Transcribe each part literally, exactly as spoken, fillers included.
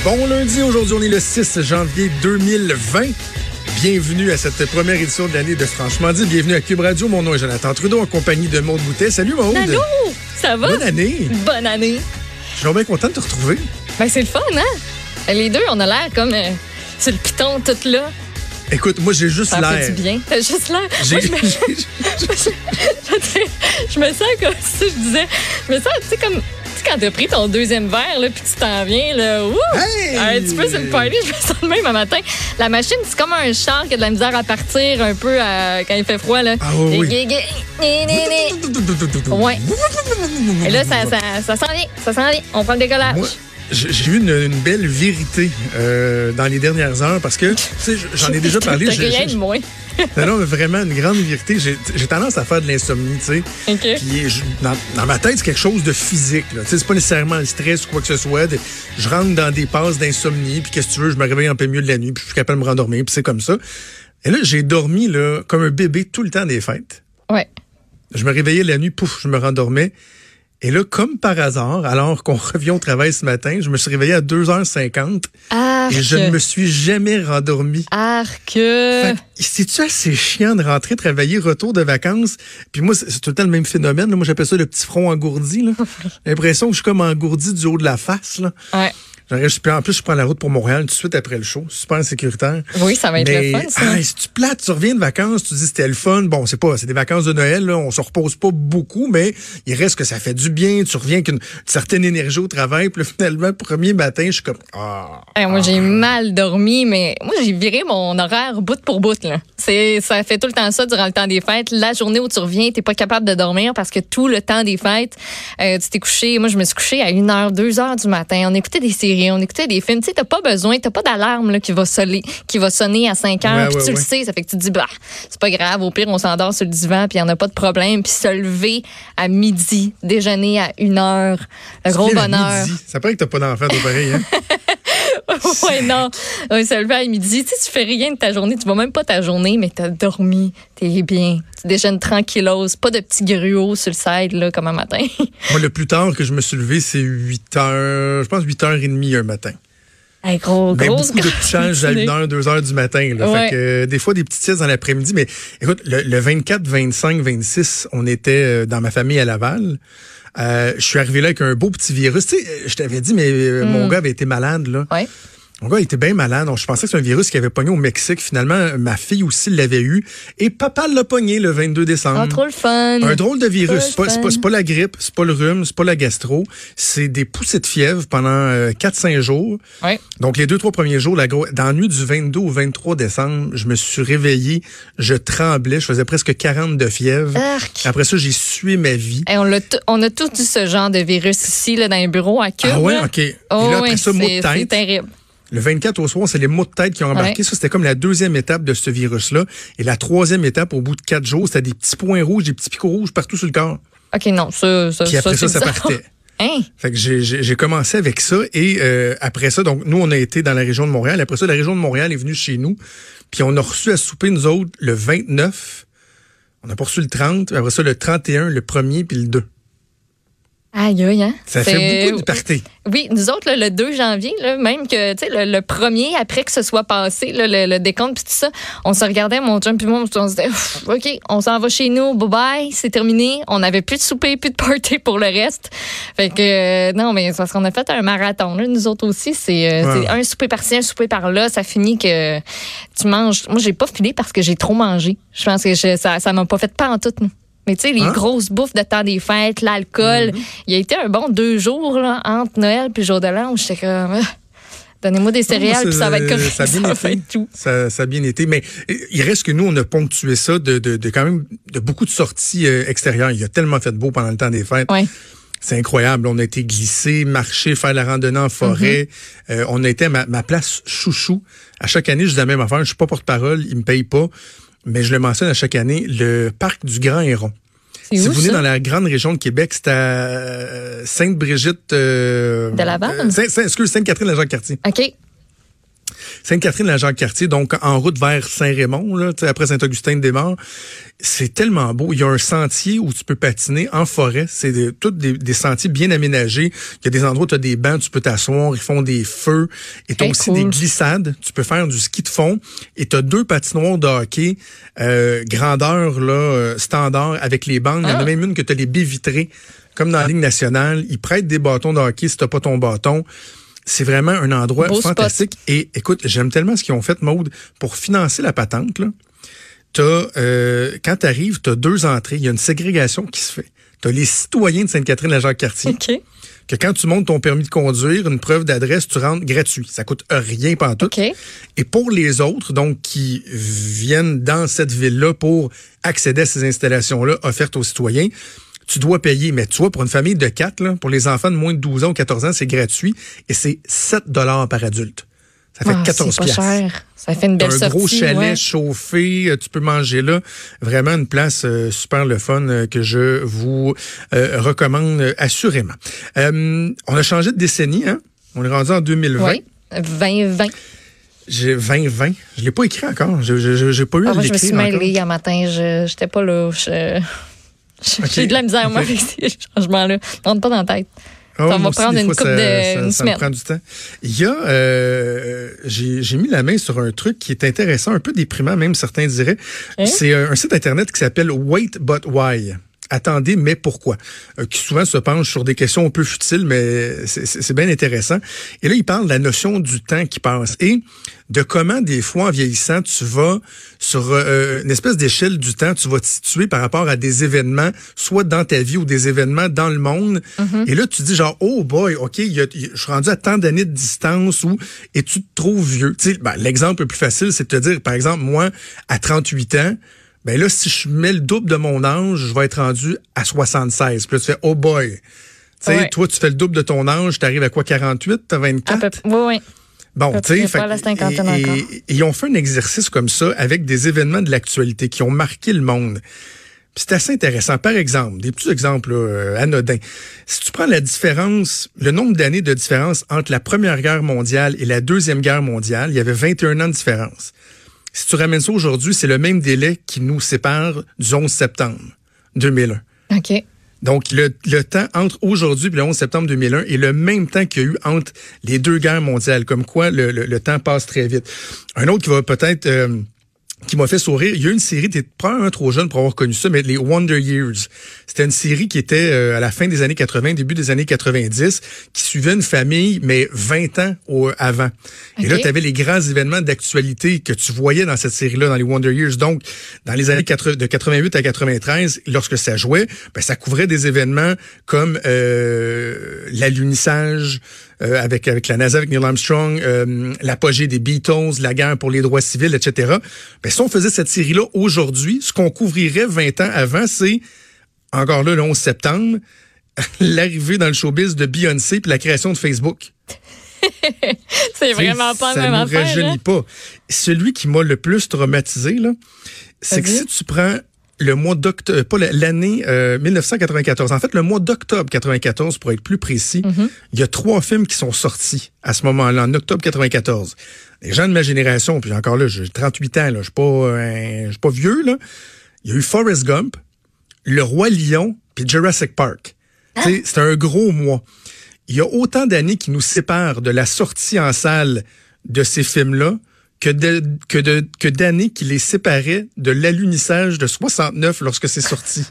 Bon lundi, aujourd'hui on est le six janvier deux mille vingt. Bienvenue à cette première édition de l'année de Franchement dit. Bienvenue à Cube Radio. Mon nom est Jonathan Trudeau en compagnie de Maude Boutet. Salut Maude. Allô, ça va? Bonne année. Bonne année. Je suis bien content de te retrouver. Ben c'est le fun, hein? Les deux, on a l'air comme euh, sur le piton tout là. Écoute, moi j'ai juste ça l'air. Ça fait du bien. T'as juste l'air. J'ai... Moi, je, me... je, je, je me sens comme si je disais, je me sens, tu sais, comme quand t'as pris ton deuxième verre, là, puis tu t'en viens, là, ouh, hey! Un petit peu sur le party, je me sens le même un matin. La machine, c'est comme un char qui a de la misère à partir un peu à, quand il fait froid, là. Ah oui, oui. Ouais. Et là, ça, ça, ça s'en vient, ça s'en vient. On prend le décollage. Moi, j'ai eu une, une belle vérité euh, dans les dernières heures parce que, tu sais, j'en ai déjà parlé. T'as rien de moins. Non, non, mais vraiment, une grande vérité. J'ai, j'ai tendance à faire de l'insomnie, tu sais. Okay. Puis je, dans, dans ma tête, c'est quelque chose de physique, là. Tu sais, c'est pas nécessairement le stress ou quoi que ce soit. De, je rentre dans des passes d'insomnie, puis qu'est-ce que tu veux, je me réveille en plein milieu de la nuit, puis je suis capable de me rendormir, puis c'est comme ça. Et là, j'ai dormi, là, comme un bébé tout le temps des fêtes. Ouais. Je me réveillais la nuit, pouf, je me rendormais. Et là, comme par hasard, alors qu'on revient au travail ce matin, je me suis réveillé à deux heures cinquante Arc. Et je ne me suis jamais rendormi. Arc. C'est-tu assez chiant de rentrer, travailler, retour de vacances? Puis moi, c'est, c'est tout le temps le même phénomène. Là. Moi, j'appelle ça le petit front engourdi. Là. J'ai l'impression que je suis comme engourdi du haut de la face. Là. Ouais. En plus, je prends la route pour Montréal tout de suite après le show. Super sécuritaire. Oui, ça va être Mais, le fun, ça. Ah, si tu plates, tu reviens de vacances, tu dis c'était le fun. Bon, c'est pas, c'est des vacances de Noël, là. On se repose pas beaucoup, mais il reste que ça fait du bien. Tu reviens avec une, une certaine énergie au travail. Puis là, finalement, premier matin, je suis comme, ah. Hey, moi, ah. j'ai mal dormi, mais moi, j'ai viré mon horaire bout pour bout, là. C'est, ça fait tout le temps ça durant le temps des fêtes. La journée où tu reviens, t'es pas capable de dormir parce que tout le temps des fêtes, euh, tu t'es couché. Moi, je me suis couchée à une heure, deux heures du matin. On écoutait des séries, on écoutait des films. Tu sais, t'as pas besoin, t'as pas d'alarme là, qui va sonner, qui va sonner à cinq heures. Ouais, puis ouais, tu ouais. le sais, ça fait que tu te dis, bah, c'est pas grave. Au pire, on s'endort sur le divan, puis y en a pas de problème. Puis se lever à midi, déjeuner à une heure, le Tu gros viens à bonheur. midi. Ça paraît que t'as pas d'enfant, toi, pareil, hein? Ouais, non. Ouais, se lever à midi. Tu sais, tu fais rien de ta journée. Tu vas même pas ta journée, mais t'as dormi. T'es bien. Tu déjeunes tranquillos. Pas de petits gruots sur le side, là, comme un matin. Moi, le plus tard que je me suis levé, c'est huit heures, je pense huit heures trente un matin. Hey, gros, Ben, grosse, beaucoup de couchage à une heure, deux heures du matin. Là. Ouais. Fait que, euh, des fois, des petites siestes dans l'après-midi. Mais écoute, le, le vingt-quatre, vingt-cinq, vingt-six, on était euh, dans ma famille à Laval. Euh, je suis arrivé là avec un beau petit virus. Tu sais, je t'avais dit, mais euh, mm. mon gars avait été malade. Là. Ouais. Mon gars était bien malade. Donc, je pensais que c'était un virus qui avait pogné au Mexique. Finalement, ma fille aussi l'avait eu. Et papa l'a pogné le vingt-deux décembre. Oh, trop le fun. Un drôle de virus. C'est pas, fun. c'est pas, c'est pas la grippe, c'est pas le rhume, c'est pas la gastro. C'est des poussées de fièvre pendant euh, quatre cinq jours. Ouais. Donc, les deux, trois premiers jours, la gros, dans la nuit du vingt-deux au vingt-trois décembre, je me suis réveillé, je tremblais, je faisais presque quarante de fièvre. Arc. Après ça, j'ai sué ma vie. Hey, on, l'a t- on a tous eu ce genre de virus ici, là, dans les bureaux à Cube. Ah ouais, là. OK. Et Oh, là, après ouais, ça, maux de c'est, tête. c'est terrible. Le vingt-quatre au soir, c'est les maux de tête qui ont embarqué. Ouais. Ça, c'était comme la deuxième étape de ce virus-là. Et la troisième étape, au bout de quatre jours, c'était des petits points rouges, des petits picots rouges partout sur le corps. OK, non, ça, ça, Puis après ça, ça, ça c'est partait. Hein? Fait que j'ai, j'ai, j'ai commencé avec ça. Et euh, après ça, donc nous, on a été dans la région de Montréal. Après ça, la région de Montréal est venue chez nous. Puis on a reçu à souper, nous autres, le vingt-neuf. On a pas reçu le trente. Après ça, le trente et un, le premier, puis le deux. Aïe, aïe, hein? Ça c'est... fait beaucoup de party. Oui, nous autres, là, le deux janvier, là, même que, tu sais, le, le premier, après que ce soit passé, là, le, le décompte puis tout ça, on se regardait, mon chum puis moi, on se disait, OK, on s'en va chez nous, bye-bye, c'est terminé. On n'avait plus de souper, plus de party pour le reste. Fait que, euh, non, mais c'est parce qu'on a fait un marathon, là, nous autres aussi. C'est, euh, ouais. c'est un souper par-ci, un souper par-là. Ça finit que tu manges. Moi, j'ai pas filé parce que j'ai trop mangé. Je pense que je, ça, ça m'a pas fait pas en tout, nous. Mais tu sais, les hein? grosses bouffes de temps des fêtes, l'alcool, mm-hmm. il y a été un bon deux jours là, entre Noël puis le jour de l'an où j'étais comme, ah, donnez-moi des céréales puis ça va être correct. Ça a bien ça été. Va être tout. Ça, ça a bien été. Mais il reste que nous, on a ponctué ça de, de, de quand même de beaucoup de sorties euh, extérieures. Il y a tellement fait beau pendant le temps des fêtes. Ouais. C'est incroyable. On a été glisser, marcher, faire la randonnée en forêt. Mm-hmm. Euh, on a été à ma, ma place chouchou. À chaque année, je dis la même affaire. Je suis pas porte-parole, ils me payent pas. Mais je le mentionne à chaque année, le parc du Grand Héron. C'est si où, vous venez ça? dans la grande région de Québec, c'est à euh, Sainte-Brigitte... Euh, de Laval? Euh, Saint, Saint, excuse, Sainte-Catherine-la-Jacques-Cartier. OK. Sainte-Catherine-la-Jacques-Cartier, donc en route vers Saint-Raymond, là, après Saint-Augustin-de-Desmaures. C'est tellement beau. Il y a un sentier où tu peux patiner en forêt. C'est de, tous des, des sentiers bien aménagés. Il y a des endroits où tu as des bancs, tu peux t'asseoir, ils font des feux. Et tu as aussi cool. des glissades. Tu peux faire du ski de fond. Et tu as deux patinoires de hockey, euh, grandeur là, euh, standard, avec les bandes. Ah. Il y en a même une que tu as les baies vitrées, comme dans la Ligue nationale. Ils prêtent des bâtons de hockey si tu n'as pas ton bâton. C'est vraiment un endroit Beau fantastique. Spot. Et écoute, j'aime tellement ce qu'ils ont fait, Maude, pour financer la patente, là. T'as, euh, quand tu arrives, tu as deux entrées. Il y a une ségrégation qui se fait. Tu as les citoyens de Sainte-Catherine-la-Jacques-Cartier. Okay. Que quand tu montes ton permis de conduire, une preuve d'adresse, tu rentres gratuit. Ça coûte rien pantoute. Okay. Et pour les autres, donc, qui viennent dans cette ville-là pour accéder à ces installations-là offertes aux citoyens, tu dois payer. Mais tu vois, pour une famille de quatre, là, pour les enfants de moins de douze ans ou quatorze ans, c'est gratuit. Et c'est sept dollars par adulte. Ça fait ah, quatorze piastres. C'est pas cher. Ça fait une belle sortie. Un gros chalet ouais. chauffé, tu peux manger là. Vraiment une place euh, super le fun euh, que je vous euh, recommande euh, assurément. Euh, on a changé de décennie, hein? On est rendu en deux mille vingt. Oui, vingt vingt. J'ai vingt vingt. Je l'ai pas écrit encore. Je j'ai pas eu ah, à moi, l'écrire je me suis mêlée hier matin. Je j'étais pas là. Je, je, okay. J'ai de la misère, moi, okay. avec ces changements-là. On rentre pas dans la tête. Oh, ça va prendre une couple de ça, une ça semaine. Me prend du temps. Il y a, euh, j'ai, j'ai mis la main sur un truc qui est intéressant, un peu déprimant même, certains diraient. Hein? C'est un, un site internet qui s'appelle Wait But Why. Attendez, mais pourquoi? Euh, qui souvent se penche sur des questions un peu futiles, mais c'est, c'est, c'est bien intéressant. Et là, il parle de la notion du temps qui passe et de comment, des fois, en vieillissant, tu vas sur euh, une espèce d'échelle du temps, tu vas te situer par rapport à des événements, soit dans ta vie ou des événements dans le monde. Mm-hmm. Et là, tu dis genre, oh boy, OK, y a, y a, je suis rendu à tant d'années de distance où, et tu te trouves vieux. Tu sais, ben, l'exemple le plus facile, c'est de te dire, par exemple, moi, à trente-huit ans, ben là, si je mets le double de mon âge, je vais être rendu à soixante-seize. Puis là, tu fais, oh boy. Tu sais, ouais. Toi, tu fais le double de ton âge, tu arrives à quoi, quarante-huit, t'as vingt-quatre? Oui, oui. Bon, tu sais, et, et, et ils ont fait un exercice comme ça avec des événements de l'actualité qui ont marqué le monde. Puis c'est assez intéressant. Par exemple, des petits exemples là, euh, anodins. Si tu prends la différence, le nombre d'années de différence entre la Première Guerre mondiale et la Deuxième Guerre mondiale, il y avait vingt et un ans de différence. Si tu ramènes ça aujourd'hui, c'est le même délai qui nous sépare du onze septembre deux mille un. OK. Donc, le, le temps entre aujourd'hui et le onze septembre deux mille un est le même temps qu'il y a eu entre les deux guerres mondiales. Comme quoi, le, le, le temps passe très vite. Un autre qui va peut-être... Euh, qui m'a fait sourire. Il y a une série, t'es probablement trop jeune pour avoir connu ça, mais les Wonder Years. C'était une série qui était euh, à la fin des années quatre-vingts, début des années quatre-vingt-dix, qui suivait une famille, mais vingt ans au, avant. Okay. Et là, tu avais les grands événements d'actualité que tu voyais dans cette série-là, dans les Wonder Years. Donc, dans les années quatre, de quatre-vingt-huit à quatre-vingt-treize, lorsque ça jouait, ben, ça couvrait des événements comme euh, l'alunissage, Euh, avec avec la NASA, avec Neil Armstrong, euh, l'apogée des Beatles, la guerre pour les droits civils, et cetera. Ben, si on faisait cette série-là aujourd'hui, ce qu'on couvrirait vingt ans avant, c'est, encore là, le onze septembre, l'arrivée dans le showbiz de Beyoncé puis la création de Facebook. C'est vraiment pas la même affaire. Ça ne rajeunit pas. Celui qui m'a le plus traumatisé, là, c'est que si tu prends le mois d'octobre, pas l'année euh, dix-neuf cent quatre-vingt-quatorze. En fait, le mois d'octobre quatre-vingt-quatorze, pour être plus précis, mm-hmm. il y a trois films qui sont sortis à ce moment-là, en octobre quatre-vingt-quatorze. Les gens de ma génération, puis encore là, j'ai trente-huit ans, là, je suis pas, euh, je suis pas vieux, là. Il y a eu Forrest Gump, Le Roi Lion, puis Jurassic Park. Ah. C'est un gros mois. Il y a autant d'années qui nous séparent de la sortie en salle de ces films-là que de, que de, que d'années qui les séparaient de l'alunissage de soixante-neuf lorsque c'est sorti.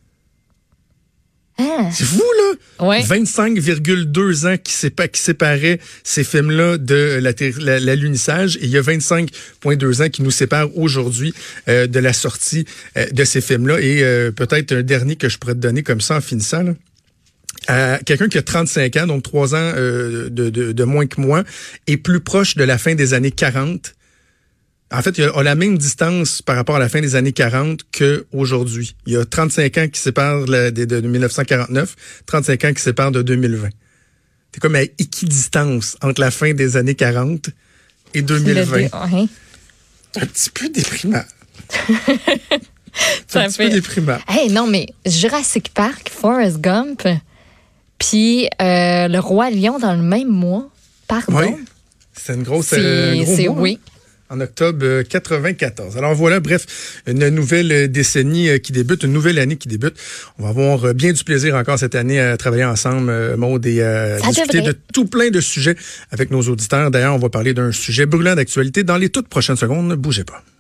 Ah. C'est fou, là! Ouais. vingt-cinq virgule deux ans qui, sépa, qui séparaient ces films-là de la, la, l'alunissage, et il y a vingt-cinq virgule deux ans qui nous séparent aujourd'hui euh, de la sortie euh, de ces films-là. Et euh, peut-être un dernier que je pourrais te donner comme ça en finissant, là. Euh, quelqu'un qui a trente-cinq ans, donc trois ans euh, de, de, de moins que moi, est plus proche de la fin des années quarante. En fait, il a la même distance par rapport à la fin des années quarante qu'aujourd'hui. Il y a trente-cinq ans qui séparent de, de, de dix-neuf cent quarante-neuf, trente-cinq ans qui séparent de deux mille vingt. C'est comme à équidistance entre la fin des années quarante et deux mille vingt. Dé- ouais. C'est un petit peu déprimant. C'est un petit fait... peu déprimant. Hey, non, mais Jurassic Park, Forrest Gump, puis euh, Le Roi Lion dans le même mois, pardon. Oui. C'est une grosse... C'est, euh, gros c'est mois, oui. En octobre quatre-vingt-quatorze. Alors voilà, bref, une nouvelle décennie qui débute, une nouvelle année qui débute. On va avoir bien du plaisir encore cette année à travailler ensemble, Maude, et à Ça discuter devrait. de tout plein de sujets avec nos auditeurs. D'ailleurs, on va parler d'un sujet brûlant d'actualité dans les toutes prochaines secondes. Ne bougez pas.